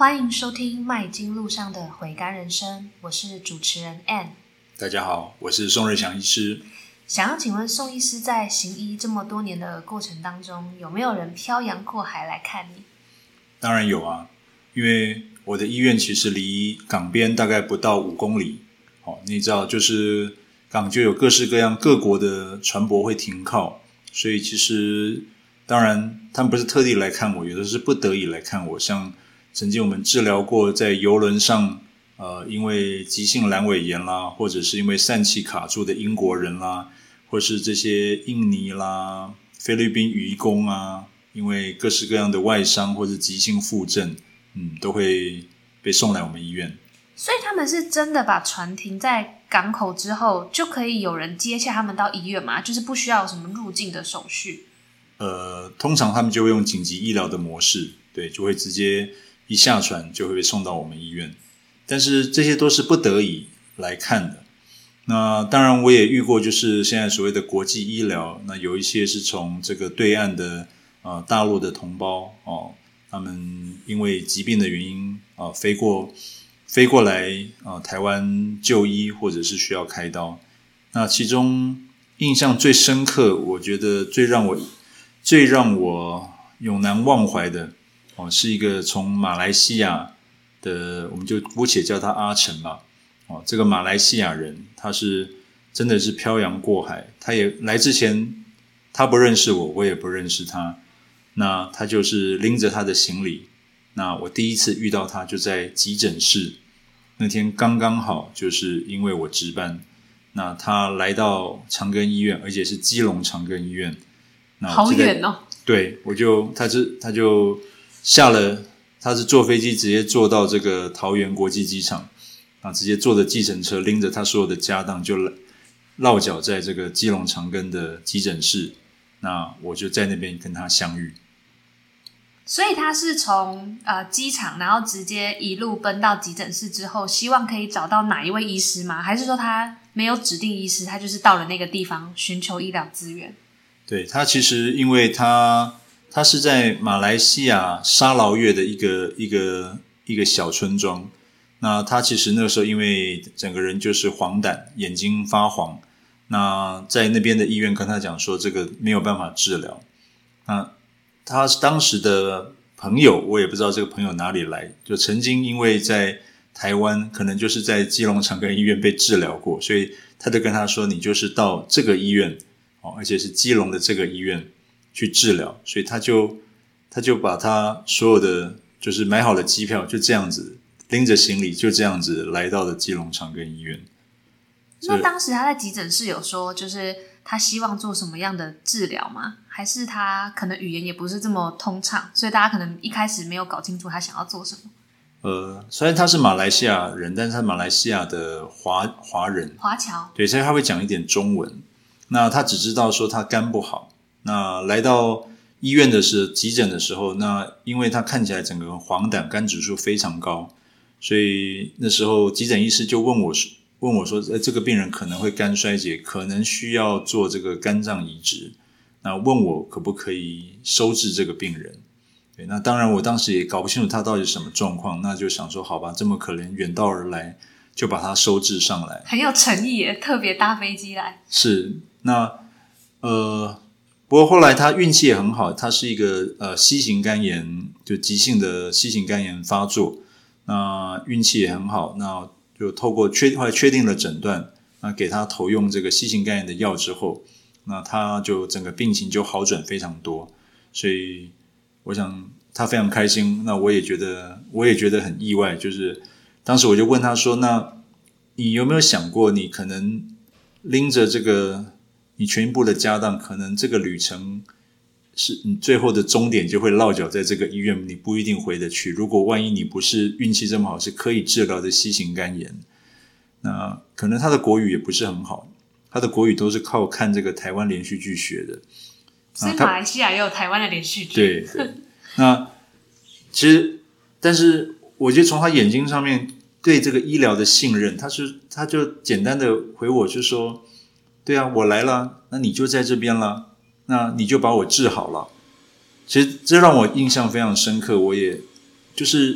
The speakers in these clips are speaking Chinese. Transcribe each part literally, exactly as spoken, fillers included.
欢迎收听麦金路上的回甘人生，我是主持人 Ann。 大家好，我是宋瑞祥医师。 想要请问宋医师，在行医这么多年的过程当中，有没有人漂洋过海来看你？ 当然有啊，因为我的医院其实离港边大概不到五公里。哦，你知道，就是港就有各式各样各国的船舶会停靠，所以其实当然他们不是特地来看我，有的是不得已来看我。像曾经我们治疗过在邮轮上呃，因为急性阑尾炎啦，或者是因为疝气卡住的英国人啦，或是这些印尼啦、菲律宾渔工啊，因为各式各样的外伤或者急性腹症，嗯，都会被送来我们医院。 所以他们是真的把船停在港口之后，就可以有人接洽他们到医院吗？就是不需要有什么入境的手续？ 呃，通常他们就会用紧急医疗的模式，对，就会直接一下船就会被送到我们医院。但是这些都是不得已来看的。那当然我也遇过，就是现在所谓的国际医疗，那有一些是从这个对岸的呃大陆的同胞哦，他们因为疾病的原因啊、呃、飞过飞过来啊、呃、台湾就医，或者是需要开刀。那其中印象最深刻，我觉得最让我最让我永难忘怀的哦，是一个从马来西亚的，我们就姑且叫他阿成吧。哦，这个马来西亚人，他是真的是漂洋过海，他也来之前他不认识我，我也不认识他。那他就是拎着他的行李，那我第一次遇到他就在急诊室，那天刚刚好就是因为我值班，那他来到长庚医院，而且是基隆长庚医院。那好远哦。 对，我就他是他就下了，他是坐飞机直接坐到这个桃园国际机场，啊，直接坐着计程车，拎着他所有的家当就落脚在这个基隆长庚的急诊室。那我就在那边跟他相遇。 所以他是从呃机场，然后直接一路奔到急诊室之后，希望可以找到哪一位医师吗？还是说他没有指定医师，他就是到了那个地方寻求医疗资源？ 对，他其实因为他他是在马来西亚沙劳越的一个一个一个小村庄。那他其实那个时候因为整个人就是黄疸，眼睛发黄，那在那边的医院跟他讲说这个没有办法治疗。那他当时的朋友，我也不知道这个朋友哪里来，就曾经因为在台湾可能就是在基隆长庚医院被治疗过，所以他就跟他说你就是到这个医院，哦，而且是基隆的这个医院去治疗。所以他就他就把他所有的就是买好的机票，就这样子拎着行李就这样子来到了基隆长庚医院。 那当时他在急诊室有说就是他希望做什么样的治疗吗？还是他可能语言也不是这么通畅，所以大家可能一开始没有搞清楚他想要做什么？ 呃，虽然他是马来西亚人，但是他马来西亚的华华人， 华侨， 对，所以他会讲一点中文。那他只知道说他肝不好，那来到医院的时候，急诊的时候，那因为他看起来整个黄疸，肝指数非常高，所以那时候急诊医师就问我问我说，呃，这个病人可能会肝衰竭，可能需要做这个肝脏移植，那问我可不可以收治这个病人。对，那当然我当时也搞不清楚他到底是什么状况，那就想说好吧，这么可怜远道而来，就把他收治上来。 很有诚意耶，特别搭飞机来。 是，那呃，不过后来他运气也很好，他是一个呃 C 型肝炎，就急性的 C 型肝炎发作，那运气也很好，那就透过确后来确定了诊断，那给他投用这个 C 型肝炎的药之后，那他就整个病情就好转非常多，所以我想他非常开心，那我也觉得我也觉得很意外，就是当时我就问他说，那你有没有想过你可能拎着这个你全部的家当，可能这个旅程是你最后的终点就会落脚在这个医院，你不一定回得去。如果万一你不是运气这么好，是可以治疗的 C 型肝炎，那可能他的国语也不是很好，他的国语都是靠看这个台湾连续剧学的。 所以马来西亚也有台湾的连续剧。 对对，那其实，但是我觉得从他眼睛上面对这个医疗的信任，他是他就简单的回我就说，对啊，我来了，那你就在这边了，那你就把我治好了。其实这让我印象非常深刻，我也就是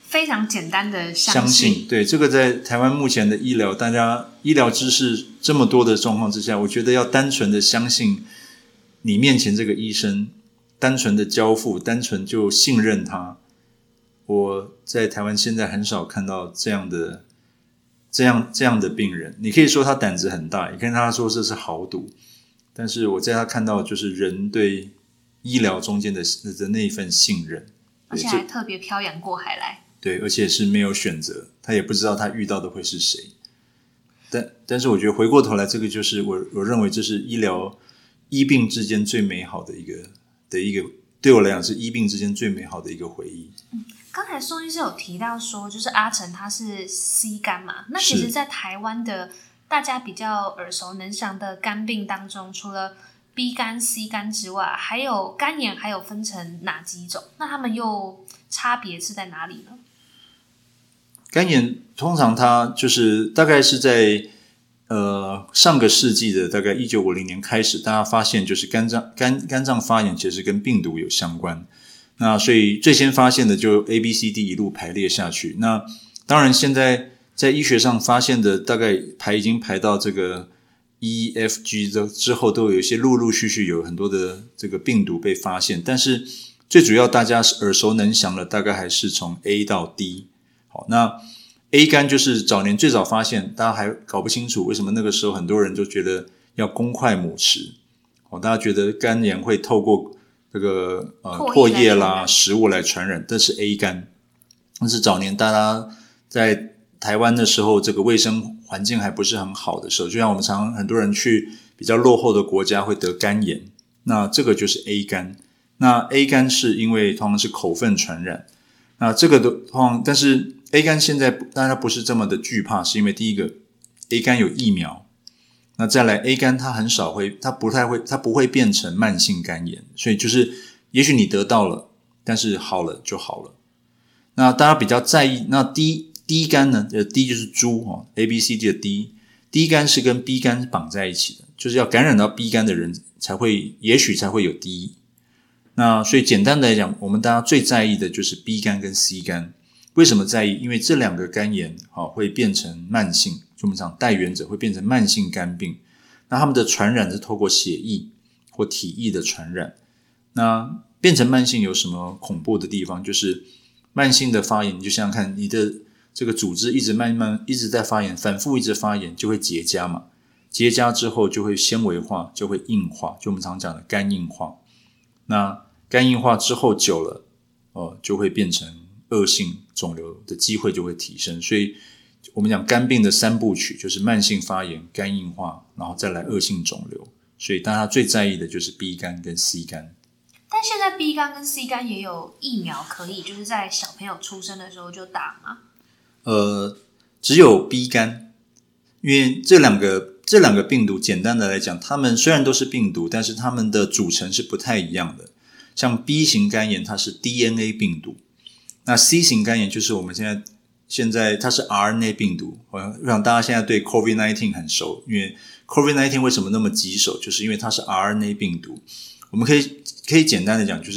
非常简单的相相信。 信，对，这个在台湾目前的医疗，大家医疗知识这么多的状况之下，我觉得要单纯的相信你面前这个医生，单纯的交付，单纯就信任他。我在台湾现在很少看到这样的这样这样的病人。你可以说他胆子很大，也可以跟他说这是豪赌，但是我在他看到就是人对医疗中间的的那一份信任， 而且还特别漂洋过海来。 对，而且是没有选择，他也不知道他遇到的会是谁。但但是我觉得回过头来，这个就是我我认为这是医疗医病之间最美好的一个的一个，对我来讲是医病之间最美好的一个回忆。 嗯，刚才宋医师有提到说，就是阿成他是 C 肝嘛，那其实在台湾的大家比较耳熟能详的肝病当中，除了 B 肝、C 肝之外，还有肝炎，还有分成哪几种？那他们又差别是在哪里呢？ 肝炎通常它就是大概是在呃上个世纪的大概一九五零年开始，大家发现就是肝脏肝肝脏发炎其实跟病毒有相关。那所以最先发现的就 A B C D 一路排列下去。那当然现在在医学上发现的大概排已经排到这个 E F G 之后，都有一些陆陆续续有很多的这个病毒被发现，但是最主要大家耳熟能详的大概还是从 A 到 D。好，那 A 肝就是早年最早发现，大家还搞不清楚为什么那个时候很多人就觉得要公筷母匙。好，大家觉得肝炎会透过这个呃唾液啦、食物来传染，这是 A 肝。但是早年大家在台湾的时候，这个卫生环境还不是很好的时候，就像我们常常很多人去比较落后的国家会得肝炎，那这个就是 A 肝。那 A 肝是因为通常是口粪传染，那这个的通常，但是 A 肝现在大家不是这么的惧怕，是因为第一个 A 肝有疫苗，那再来 A 肝它很少会，它不太会，它不会变成慢性肝炎，所以就是也许你得到了，但是好了就好了。那大家比较在意，那 D D 肝呢？呃 D 就是猪哦 ，A B C D 的 D，D 肝是跟 B 肝绑在一起的，就是要感染到 B 肝的人才会，也许才会有 D。那所以简单的来讲，我们大家最在意的就是 B 肝跟 C 肝。为什么在意？因为这两个肝炎、哦、会变成慢性，就我们讲带原者会变成慢性肝病。那他们的传染是透过血液或体液的传染。那变成慢性有什么恐怖的地方？就是慢性的发炎，你就想想看，你的这个组织一直慢慢一直在发炎，反复一直发炎，就会结痂嘛。结痂之后就会纤维化，就会硬化，就我们常讲的肝硬化。那肝硬化之后久了，呃，就会变成恶性肿瘤的机会就会提升。所以我们讲肝病的三部曲，就是慢性发炎、肝硬化，然后再来恶性肿瘤。所以大家最在意的就是 B 肝跟 C 肝。 但现在 B 肝跟 C 肝也有疫苗可以，就是在小朋友出生的时候就打吗？ 呃，只有 B 肝，因为这两个这两个病毒，简单的来讲，它们虽然都是病毒，但是它们的组成是不太一样的。像 B 型肝炎，它是 D N A 病毒，那 C 型肝炎就是我们现在现在它是 R N A 病毒。我想大家现在对 COVID 十九 很熟，因为 COVID 十九 为什么那么棘手，就是因为它是 R N A 病毒。我们可以可以简单的讲，就是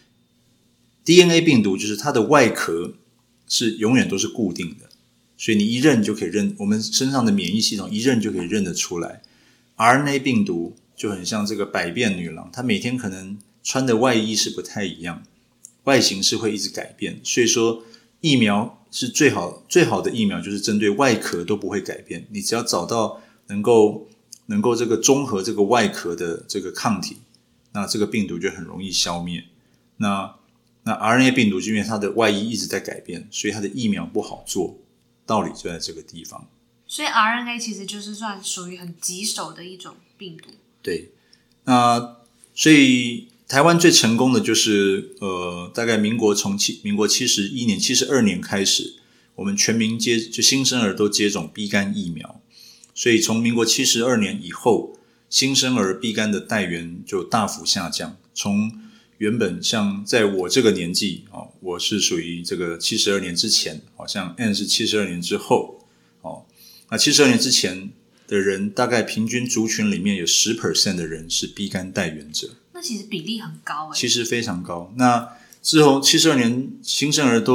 D N A 病毒就是它的外壳是永远都是固定的，所以你一认就可以认，我们身上的免疫系统一认就可以认得出来。R N A 病毒就很像这个百变女郎，她每天可能穿的外衣是不太一样，外形是会一直改变，所以说疫苗是最好最好的疫苗，就是针对外壳都不会改变。你只要找到能够能够这个中和这个外壳的这个抗体，那这个病毒就很容易消灭。那那 R N A 病毒因为它的外衣一直在改变，所以它的疫苗不好做，道理就在这个地方。 所以 R N A 其实就是算属于很棘手的一种病毒。 对，那所以台湾最成功的就是呃，大概民国从七民国七十一年、七十二年开始，我们全民接就新生儿都接种 B 肝疫苗，所以从民国七十二年以后，新生儿 B 肝的带源就大幅下降，从原本像在我这个年纪、哦、我是属于这个七十二年之前，好像 Ann 是七十二年之后、哦、那七十二年之前的人，大概平均族群里面有 百分之十 的人是 B 肝带源者。 那其实比例很高耶， 其实非常高。那之后七十二年新生儿都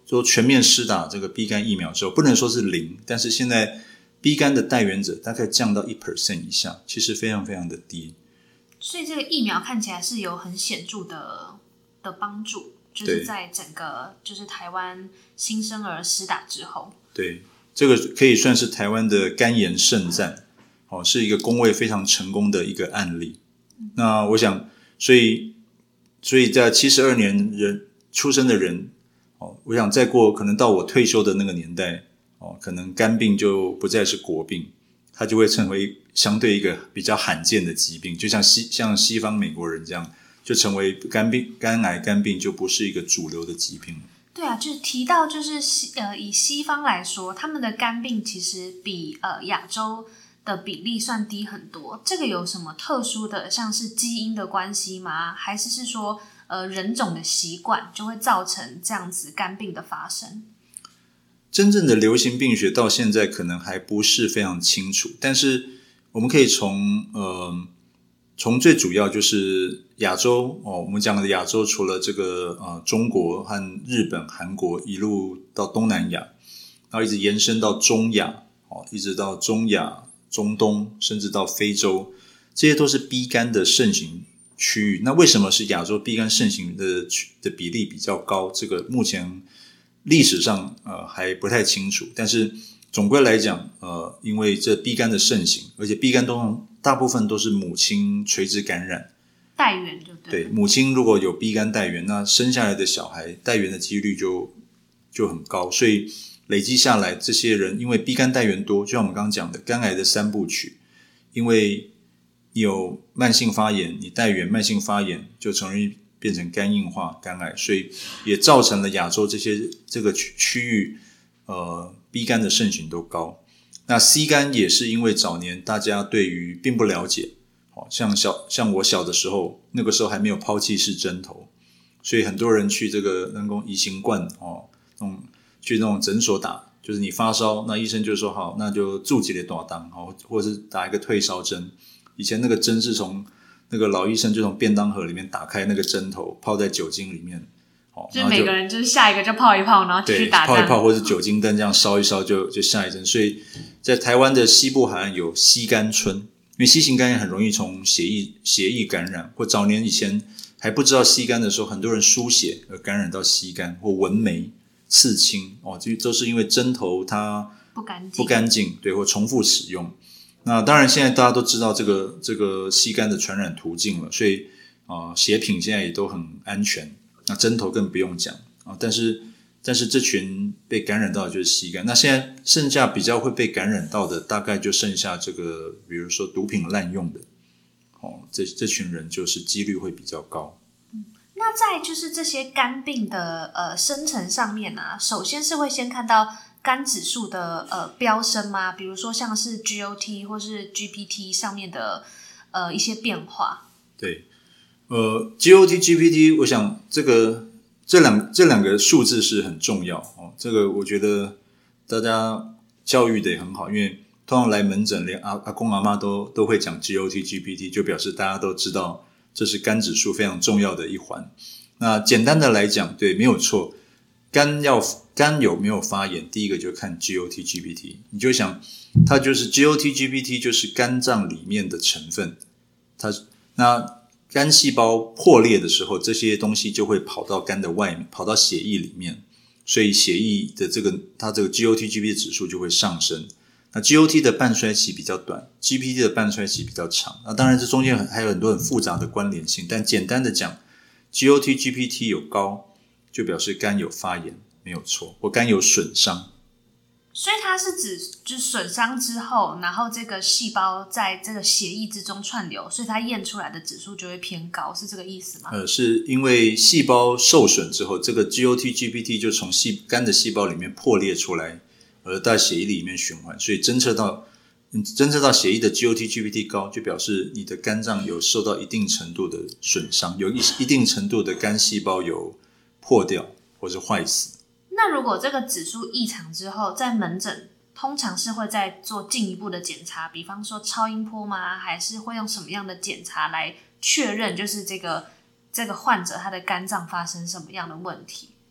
说全面施打这个 B 肝疫苗之后，不能说是零，但是现在 B 肝的带原者大概降到 百分之一 以下，其实非常非常的低。 所以这个疫苗看起来是有很显著的的帮助，就是在整个就是台湾新生儿施打之后。 对，这个可以算是台湾的肝炎圣战，哦，是一个公卫非常成功的一个案例。嗯、那我想，所以所以在七十二年人出生的人，哦，我想再过可能到我退休的那个年代，哦，可能肝病就不再是国病，它就会成为相对一个比较罕见的疾病，就像西像西方美国人这样，就成为肝病、肝癌、肝病就不是一个主流的疾病了。 对啊，就是提到就是西呃以西方来说，他们的肝病其实比呃亚洲的比例算低很多。这个有什么特殊的，像是基因的关系吗？还是是说呃人种的习惯就会造成这样子肝病的发生？ 真正的流行病学到现在可能还不是非常清楚，但是我们可以从呃从最主要就是亚洲哦，我们讲的亚洲除了这个呃中国和日本、韩国一路到东南亚，然后一直延伸到中亚哦，一直到中亚、中东，甚至到非洲，这些都是 B 肝的盛行区域。那为什么是亚洲 B 肝盛行的的比例比较高？这个目前历史上呃还不太清楚，但是总归来讲，呃，因为这 B 肝的盛行，而且 B 肝都大部分都是母亲垂直感染， 带源就对。 对，母亲如果有 B 肝带源，那生下来的小孩带源的几率就就很高，所以累积下来，这些人因为 B 肝带源多，就像我们刚刚讲的肝癌的三部曲，因为你有慢性发炎，你带源慢性发炎就容易变成肝硬化、肝癌，所以也造成了亚洲这些这个区域呃 B 肝的盛行都高。那 C 肝也是因为早年大家对于并不了解，像小像我小的时候，那个时候还没有抛弃式针头，所以很多人去这个人工乙型冠哦，那种去那种诊所打，就是你发烧，那医生就说好，那就注几粒大当，哦，或者是打一个退烧针。以前那个针是从那个老医生就从便当盒里面打开那个针头，泡在酒精里面。 哦、就是每个人就是下一个就泡一泡，然后继续打泡一泡，或者酒精灯这样烧一烧就就下一针。所以在台湾的西部海岸有西肝村，因为 C 型肝炎很容易从血液血液感染，或早年以前还不知道 C 肝的时候，很多人输血而感染到 C 肝或纹眉、刺青哦，这都是因为针头它不干净， 不干净，对，或重复使用。那当然，现在大家都知道这个这个 C 肝的传染途径了，所以啊、呃，血品现在也都很安全。那针头更不用讲啊，但是但是这群被感染到的就是 C 肝。那现在剩下比较会被感染到的，大概就剩下这个，比如说毒品滥用的，哦，这这群人就是几率会比较高。 嗯，那在就是这些肝病的呃生成上面啊，首先是会先看到肝指数的呃飙升吗？比如说像是 G O T 或是 G P T 上面的呃一些变化。 对。呃 ，G O T、G P T， 我想这个这两这两个数字是很重要哦。这个我觉得大家教育的也很好，因为通常来门诊，连阿阿公阿妈都都会讲 G O T、G P T， 就表示大家都知道这是肝指数非常重要的一环。那简单的来讲，对，没有错，肝要肝有没有发炎，第一个就看 G O T、G P T， 你就想它就是 G O T、G P T 就是肝脏里面的成分，它那。肝细胞破裂的时候，这些东西就会跑到肝的外面，跑到血液里面，所以血液的这个它这个 G O T、G P T 指数就会上升。那 G O T 的半衰期比较短 ，G P T 的半衰期比较长。那当然这中间还有很多很复杂的关联性，但简单的讲 ，G O T、G P T 有高，就表示肝有发炎，没有错，或肝有损伤。 所以它是指就是损伤之后，然后这个细胞在这个血液之中串流，所以它验出来的指数就会偏高，是这个意思吗？ 呃，是因为细胞受损之后，这个 G O T、G P T 就从细肝的细胞里面破裂出来，而在血液里面循环，所以侦测到侦测到血液的 G O T、G P T 高，就表示你的肝脏有受到一定程度的损伤，有一一定程度的肝细胞有破掉或是坏死。 那如果这个指数异常之后，在门诊通常是会再做进一步的检查，比方说超音波吗？还是会用什么样的检查来确认，就是这个这个患者他的肝脏发生什么样的问题？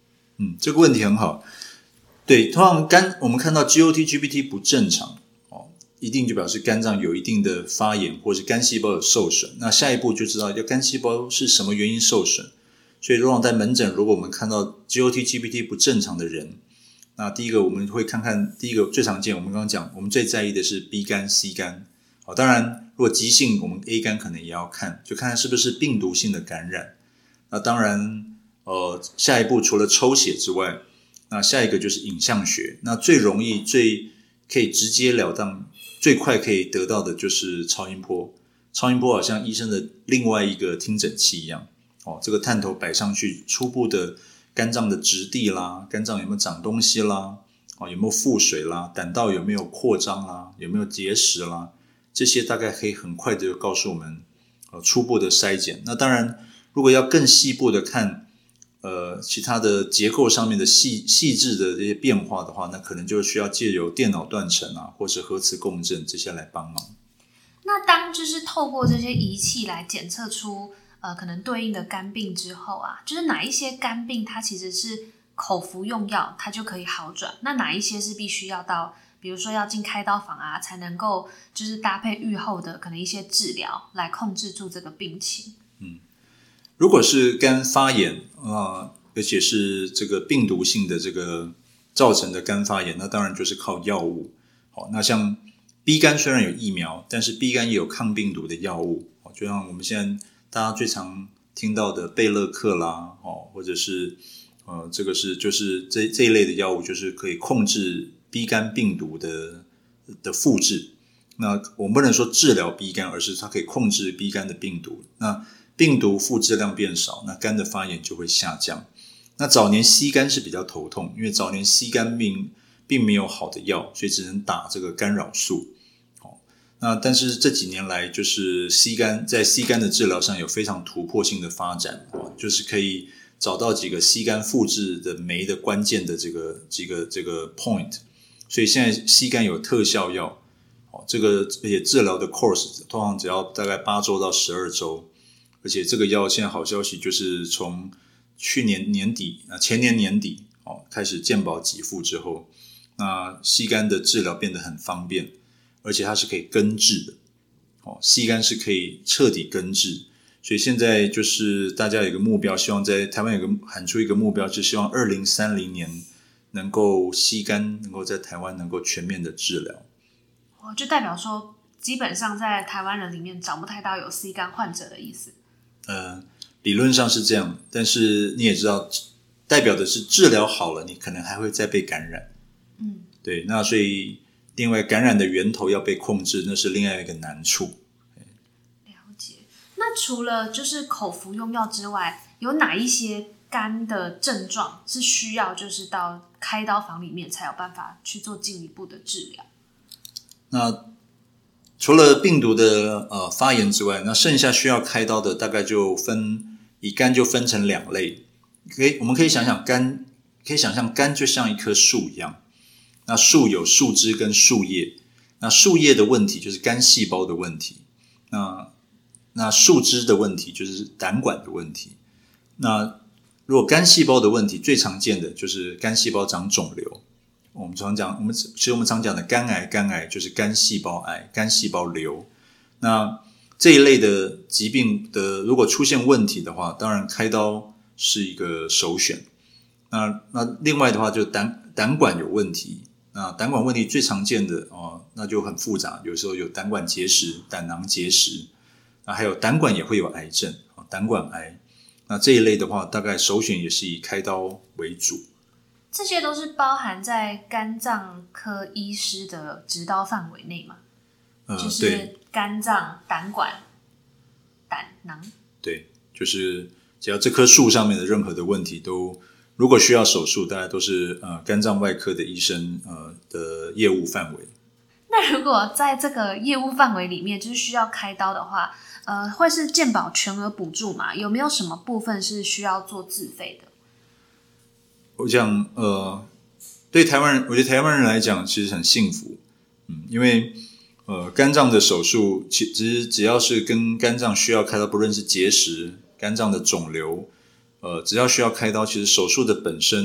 嗯，这个问题很好。对，通常肝我们看到 G O T G B T 不正常哦，一定就表示肝脏有一定的发炎，或是肝细胞有受损。那下一步就知道要肝细胞是什么原因受损。所以如果在门诊，如果我们看到 G O T G B T 不正常的人，那第一个我们会看看，第一个最常见，我们刚刚讲，我们最在意的是 B 肝、C 肝。好，当然如果急性，我们 A 肝可能也要看，就看看是不是病毒性的感染。那当然，呃，下一步除了抽血之外，那下一个就是影像学。那最容易、最可以直截了当、最快可以得到的就是超音波。超音波好像医生的另外一个听诊器一样。哦，这个探头摆上去，初步的肝脏的质地啦，肝脏有没有长东西啦，哦，有没有腹水啦，胆道有没有扩张啦，有没有结石啦，这些大概可以很快的就告诉我们呃初步的筛检。那当然，如果要更细部的看呃其他的结构上面的细细致的这些变化的话，那可能就需要借由电脑断层啊，或是核磁共振这些来帮忙。 那当就是透过这些仪器来检测出呃，可能对应的肝病之后啊，就是哪一些肝病它其实是口服用药它就可以好转，那哪一些是必须要到比如说要进开刀房啊，才能够就是搭配预后的可能一些治疗来控制住这个病情。 嗯，如果是肝发炎啊、呃，而且是这个病毒性的这个造成的肝发炎，那当然就是靠药物。好，那像 B 肝虽然有疫苗，但是 B 肝也有抗病毒的药物，就像我们现在大家最常听到的贝勒克啦，哦，或者是呃，这个是就是这这一类的药物，就是可以控制 B 肝病毒的的复制。那我们不能说治疗 B 肝，而是它可以控制 B 肝的病毒。那病毒复制量变少，那肝的发炎就会下降。那早年 C 肝是比较头痛，因为早年 C 肝病并没有好的药，所以只能打这个干扰素。那但是这几年来，就是 C 肝在 C 肝的治疗上有非常突破性的发展，就是可以找到几个 C 肝复制的酶的关键的这个几个这个 point， 所以现在 C 肝有特效药，这个而且治疗的 course 通常只要大概八周到十二周，而且这个药现在好消息就是从去年年底啊前年年底哦开始健保给付之后，那 C 肝的治疗变得很方便。而且它是可以根治的，哦 ，C 肝是可以彻底根治，所以现在就是大家有一个目标，希望在台湾有个喊出一个目标，就是希望二零三零年能够 C 肝能够在台湾能够全面的治疗。 哦，就代表说，基本上在台湾人里面找不太到有 C 肝患者的意思。 呃，理论上是这样，但是你也知道，代表的是治疗好了，你可能还会再被感染。 嗯， 对，那所以。另外，感染的源头要被控制，那是另外一个难处。 了解。那除了就是口服用药之外，有哪一些肝的症状是需要就是到开刀房里面才有办法去做进一步的治疗？ 那除了病毒的呃发炎之外，那剩下需要开刀的大概就分以肝就分成两类。可以，我们可以想想肝，可以想象肝就像一棵树一样。那树有树枝跟树叶，那树叶的问题就是肝细胞的问题，那那树枝的问题就是胆管的问题。那如果肝细胞的问题，最常见的就是肝细胞长肿瘤。我们常讲，我们其实我们常讲的肝癌，肝癌就是肝细胞癌、肝细胞瘤。那这一类的疾病的，如果出现问题的话，当然开刀是一个首选。那那另外的话，就胆胆管有问题。那胆管问题最常见的哦，那就很复杂，有时候有胆管结石、胆囊结石，那还有胆管也会有癌症，胆管癌。那这一类的话，大概首选也是以开刀为主。 这些都是包含在肝脏科医师的执刀范围内嘛？ 呃， 就是肝脏、胆管、胆囊。 对，就是只要这棵树上面的任何的问题都。如果需要手术，大概都是呃肝脏外科的医生呃的业务范围。 那如果在这个业务范围里面，就是需要开刀的话，呃，会是健保全额补助吗？有没有什么部分是需要做自费的？ 我讲呃，对台湾人，我觉得台湾人来讲其实很幸福，嗯，因为呃肝脏的手术，其实只要是跟肝脏需要开刀，不论是结石、肝脏的肿瘤。呃，只要需要开刀，其实手术的本身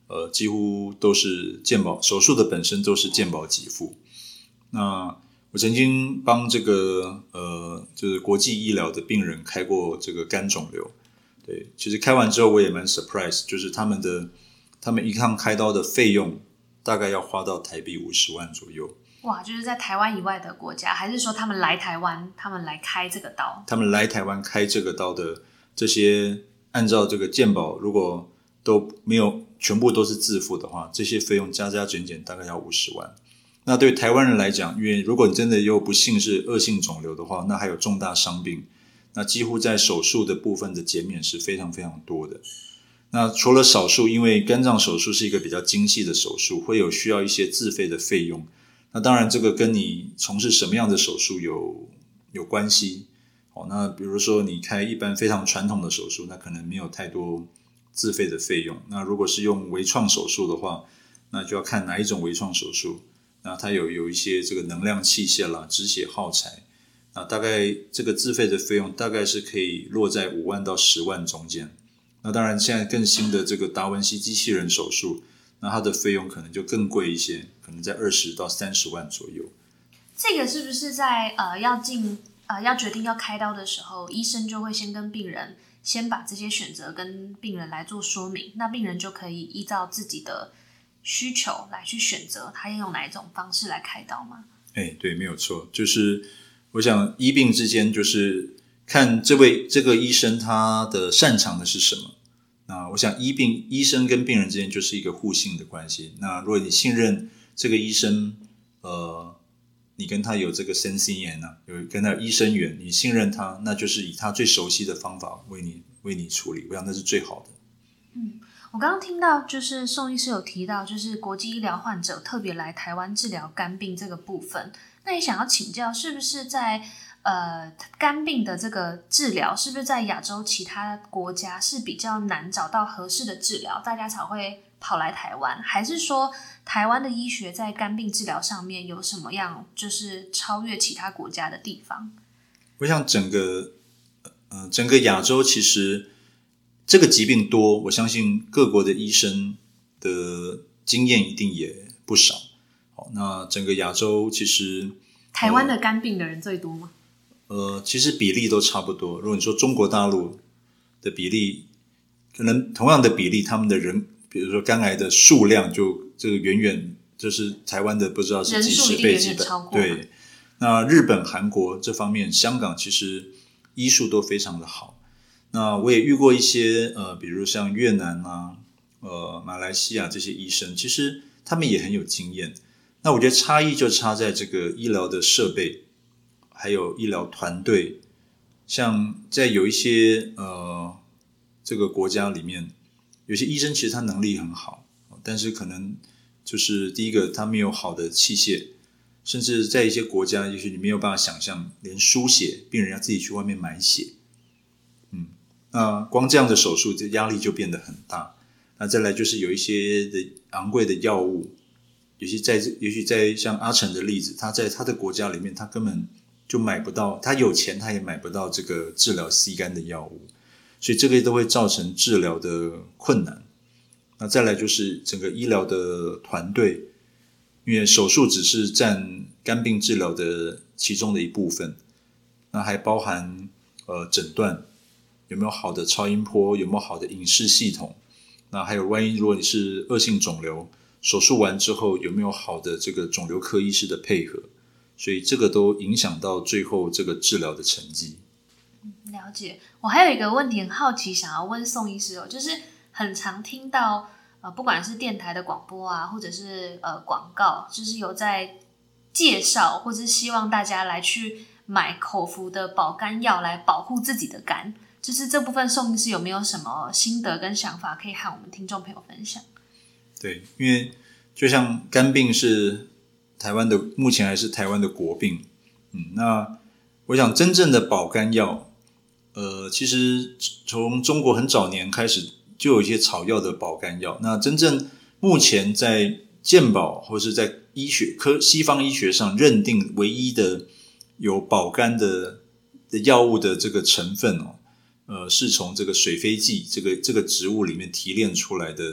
呃，几乎都是健保手术的本身都是健保给付。那我曾经帮这个呃，就是国际医疗的病人开过这个肝肿瘤，对，其实开完之后我也蛮 surprise， 就是他们的他们一趟开刀的费用大概要花到台币五十万左右。 哇，就是在台湾以外的国家，还是说他们来台湾，他们来开这个刀？ 他们来台湾开这个刀的这些，按照这个健保，如果都没有全部都是自付的话，这些费用加加减减大概要五十万。那对台湾人来讲，因为如果你真的又不幸是恶性肿瘤的话，那还有重大伤病，那几乎在手术的部分的减免是非常非常多的。那除了少数，因为肝脏手术是一个比较精细的手术，会有需要一些自费的费用。那当然，这个跟你从事什么样的手术有有关系。哦，那比如说你开一般非常传统的手术，那可能没有太多自费的费用。那如果是用微创手术的话，那就要看哪一种微创手术。那它有有一些这个能量器械啦、止血耗材。那大概这个自费的费用大概是可以落在五万到十万中间。那当然，现在更新的这个达文西机器人手术，那它的费用可能就更贵一些，可能在二十到三十万左右。 这个是不是在呃要进呃要决定要开刀的时候，医生就会先跟病人先把这些选择跟病人来做说明，那病人就可以依照自己的需求来去选择他要用哪一种方式来开刀吗？ 哎，对，没有错，就是我想医病之间就是看这位这个医生他的擅长的是什么。那我想医病医生跟病人之间就是一个互信的关系。那如果你信任这个医生，呃，你跟他有这个生心缘啊，有跟他有医生缘，你信任他，那就是以他最熟悉的方法为你为你处理，我想那是最好的。 嗯，我刚刚听到就是宋医师有提到，就是国际医疗患者特别来台湾治疗肝病这个部分，那也想要请教，是不是在呃肝病的这个治疗，是不是在亚洲其他国家是比较难找到合适的治疗，大家才会跑来台湾？还是说台湾的医学在肝病治疗上面有什么样就是超越其他国家的地方？ 我想整个呃整个亚洲其实这个疾病多，我相信各国的医生的经验一定也不少。好，那整个亚洲其实台湾的肝病的人最多吗？ 呃，其实比例都差不多。如果你说中国大陆的比例，可能同样的比例，他们的人，比如说肝癌的数量就这个远远就是台湾的不知道是几十倍几百，对。那日本、韩国这方面，香港其实医术都非常的好。那我也遇过一些呃，比如像越南啊、呃马来西亚这些医生，其实他们也很有经验。那我觉得差异就差在这个医疗的设备，还有医疗团队。像在有一些呃这个国家里面，有些医生其实他能力很好，但是可能就是第一个他没有好的器械，甚至在一些国家，也许你没有办法想象，连输血病人要自己去外面买血。嗯，那光这样的手术，这压力就变得很大。那再来就是有一些的昂贵的药物。也许在也许在像阿成的例子，他在他的国家里面，他根本就买不到，他有钱他也买不到这个治疗 C 肝的药物，所以这个都会造成治疗的困难。那再来就是整个医疗的团队，因为手术只是占肝病治疗的其中的一部分，那还包含呃诊断有没有好的超音波，有没有好的影视系统，那还有万一如果你是恶性肿瘤，手术完之后有没有好的这个肿瘤科医师的配合，所以这个都影响到最后这个治疗的成绩。 了解。我还有一个问题很好奇想要问宋医师哦，就是很常听到呃，不管是电台的广播啊，或者是呃广告，就是有在介绍或者是希望大家来去买口服的保肝药来保护自己的肝，就是这部分宋医师有没有什么心得跟想法可以和我们听众朋友分享？ 对，因为就像肝病是台湾的，目前还是台湾的国病。嗯，那我想真正的保肝药，呃，其实从中国很早年开始就有一些草药的保肝药。那真正目前在健保或是在医学科西方医学上认定唯一的有保肝的的药物的这个成分哦，呃，是从这个水飞蓟这个这个植物里面提炼出来的。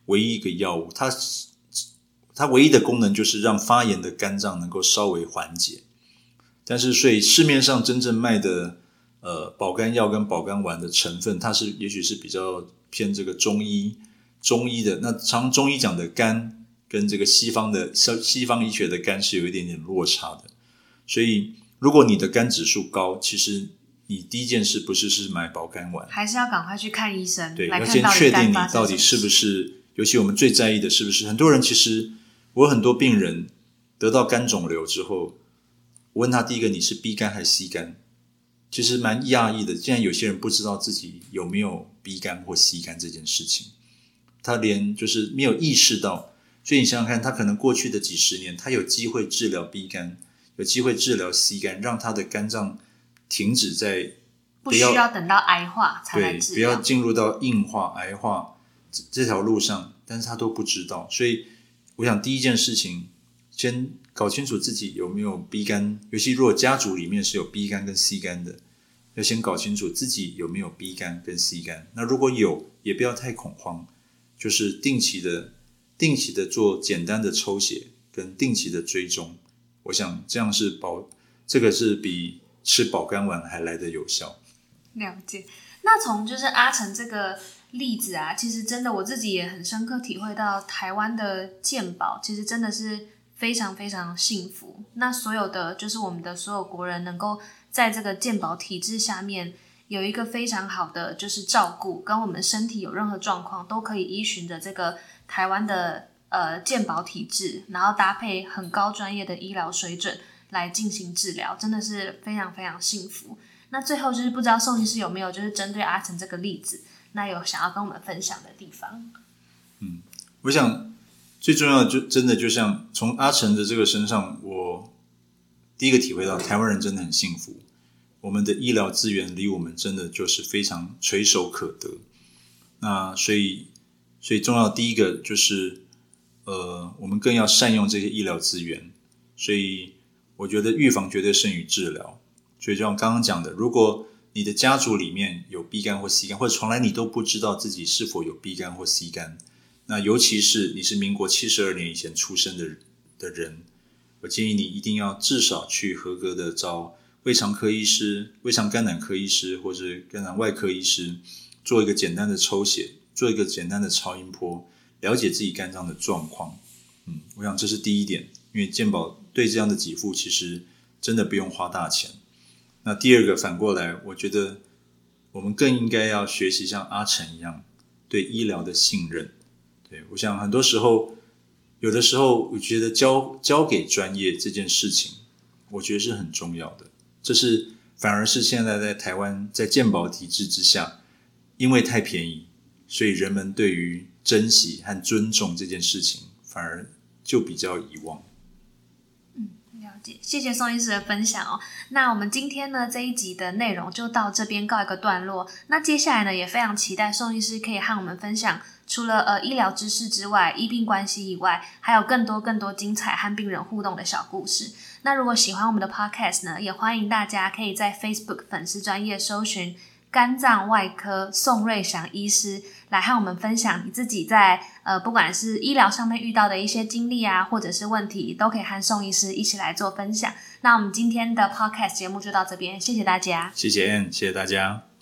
唯一一个药物，它它唯一的功能就是让发炎的肝脏能够稍微缓解。但是所以市面上真正卖的呃保肝药跟保肝丸的成分，它是也许是比较偏这个中医中医的。那常中医讲的肝跟这个西方的西方医学的肝是有一点点落差的。所以如果你的肝指数高，其实你第一件事不是是买保肝丸， 还是要赶快去看医生， 对， 来要看到底先确定你肝发生到底是不什么事。 是，尤其我们最在意的是不是很多人其实我有很多病人得到肝肿瘤之后，我问他第一个你是 B 肝还是 C 肝，其实蛮讶异的，竟然有些人不知道自己有没有 B 肝或 C 肝这件事情，他连就是没有意识到。所以你想想看，他可能过去的几十年他有机会治疗 B 肝，有机会治疗 C 肝，让他的肝脏停止在不需要等到癌化才来对， 治疗， 不要进入到硬化、癌化这条路上，但是他都不知道。所以我想第一件事情，先搞清楚自己有没有 B 肝，尤其如果家族里面是有 B 肝跟 C 肝的，要先搞清楚自己有没有 B 肝跟 C 肝。那如果有，也不要太恐慌，就是定期的、定期的做简单的抽血跟定期的追踪。我想这样是保，这个是比吃保肝丸还来得有效。 了解。那从就是阿成这个例子啊，其实真的我自己也很深刻体会到，台湾的健保其实真的是非常非常幸福。那所有的就是我们的所有国人能够在这个健保体制下面有一个非常好的就是照顾，跟我们身体有任何状况都可以依循着这个台湾的呃健保体制，然后搭配很高专业的医疗水准来进行治疗，真的是非常非常幸福。那最后就是不知道宋医师有没有就是针对阿成这个例子，那有想要跟我们分享的地方？ 嗯，我想最重要的就真的就像从阿成的这个身上，我第一个体会到台湾人真的很幸福，我们的医疗资源离我们真的就是非常垂手可得。那所以所以重要的第一个就是呃，我们更要善用这些医疗资源。所以我觉得预防绝对胜于治疗。所以就像刚刚讲的，如果你的家族里面有 B 肝或 C 肝，或者从来你都不知道自己是否有 B 肝或 C 肝，那尤其是你是民国七十二年以前出生的的人，我建议你一定要至少去合格的找胃肠科医师、胃肠肝胆科医师或者肝胆外科医师做一个简单的抽血，做一个简单的超音波，了解自己肝脏的状况。嗯，我想这是第一点，因为健保对这样的给付其实真的不用花大钱。那第二个反过来，我觉得我们更应该要学习像阿成一样对医疗的信任。对，我想很多时候有的时候我觉得交交给专业这件事情，我觉得是很重要的。这是反而是现在在台湾在健保体制之下，因为太便宜，所以人们对于珍惜和尊重这件事情反而就比较遗忘。 谢谢宋医师的分享哦。那我们今天呢这一集的内容就到这边告一个段落。那接下来呢也非常期待宋医师可以和我们分享，除了呃医疗知识之外，医病关系以外，还有更多更多精彩和病人互动的小故事。那如果喜欢我们的 podcast 呢，也欢迎大家可以在 Facebook 粉丝专页搜寻肝脏外科宋瑞祥医师，来和我们分享你自己在呃不管是医疗上面遇到的一些经历啊，或者是问题，都可以和宋医师一起来做分享。那我们今天的 podcast 节目就到这边，谢谢大家。 谢谢 Ann， 谢谢大家。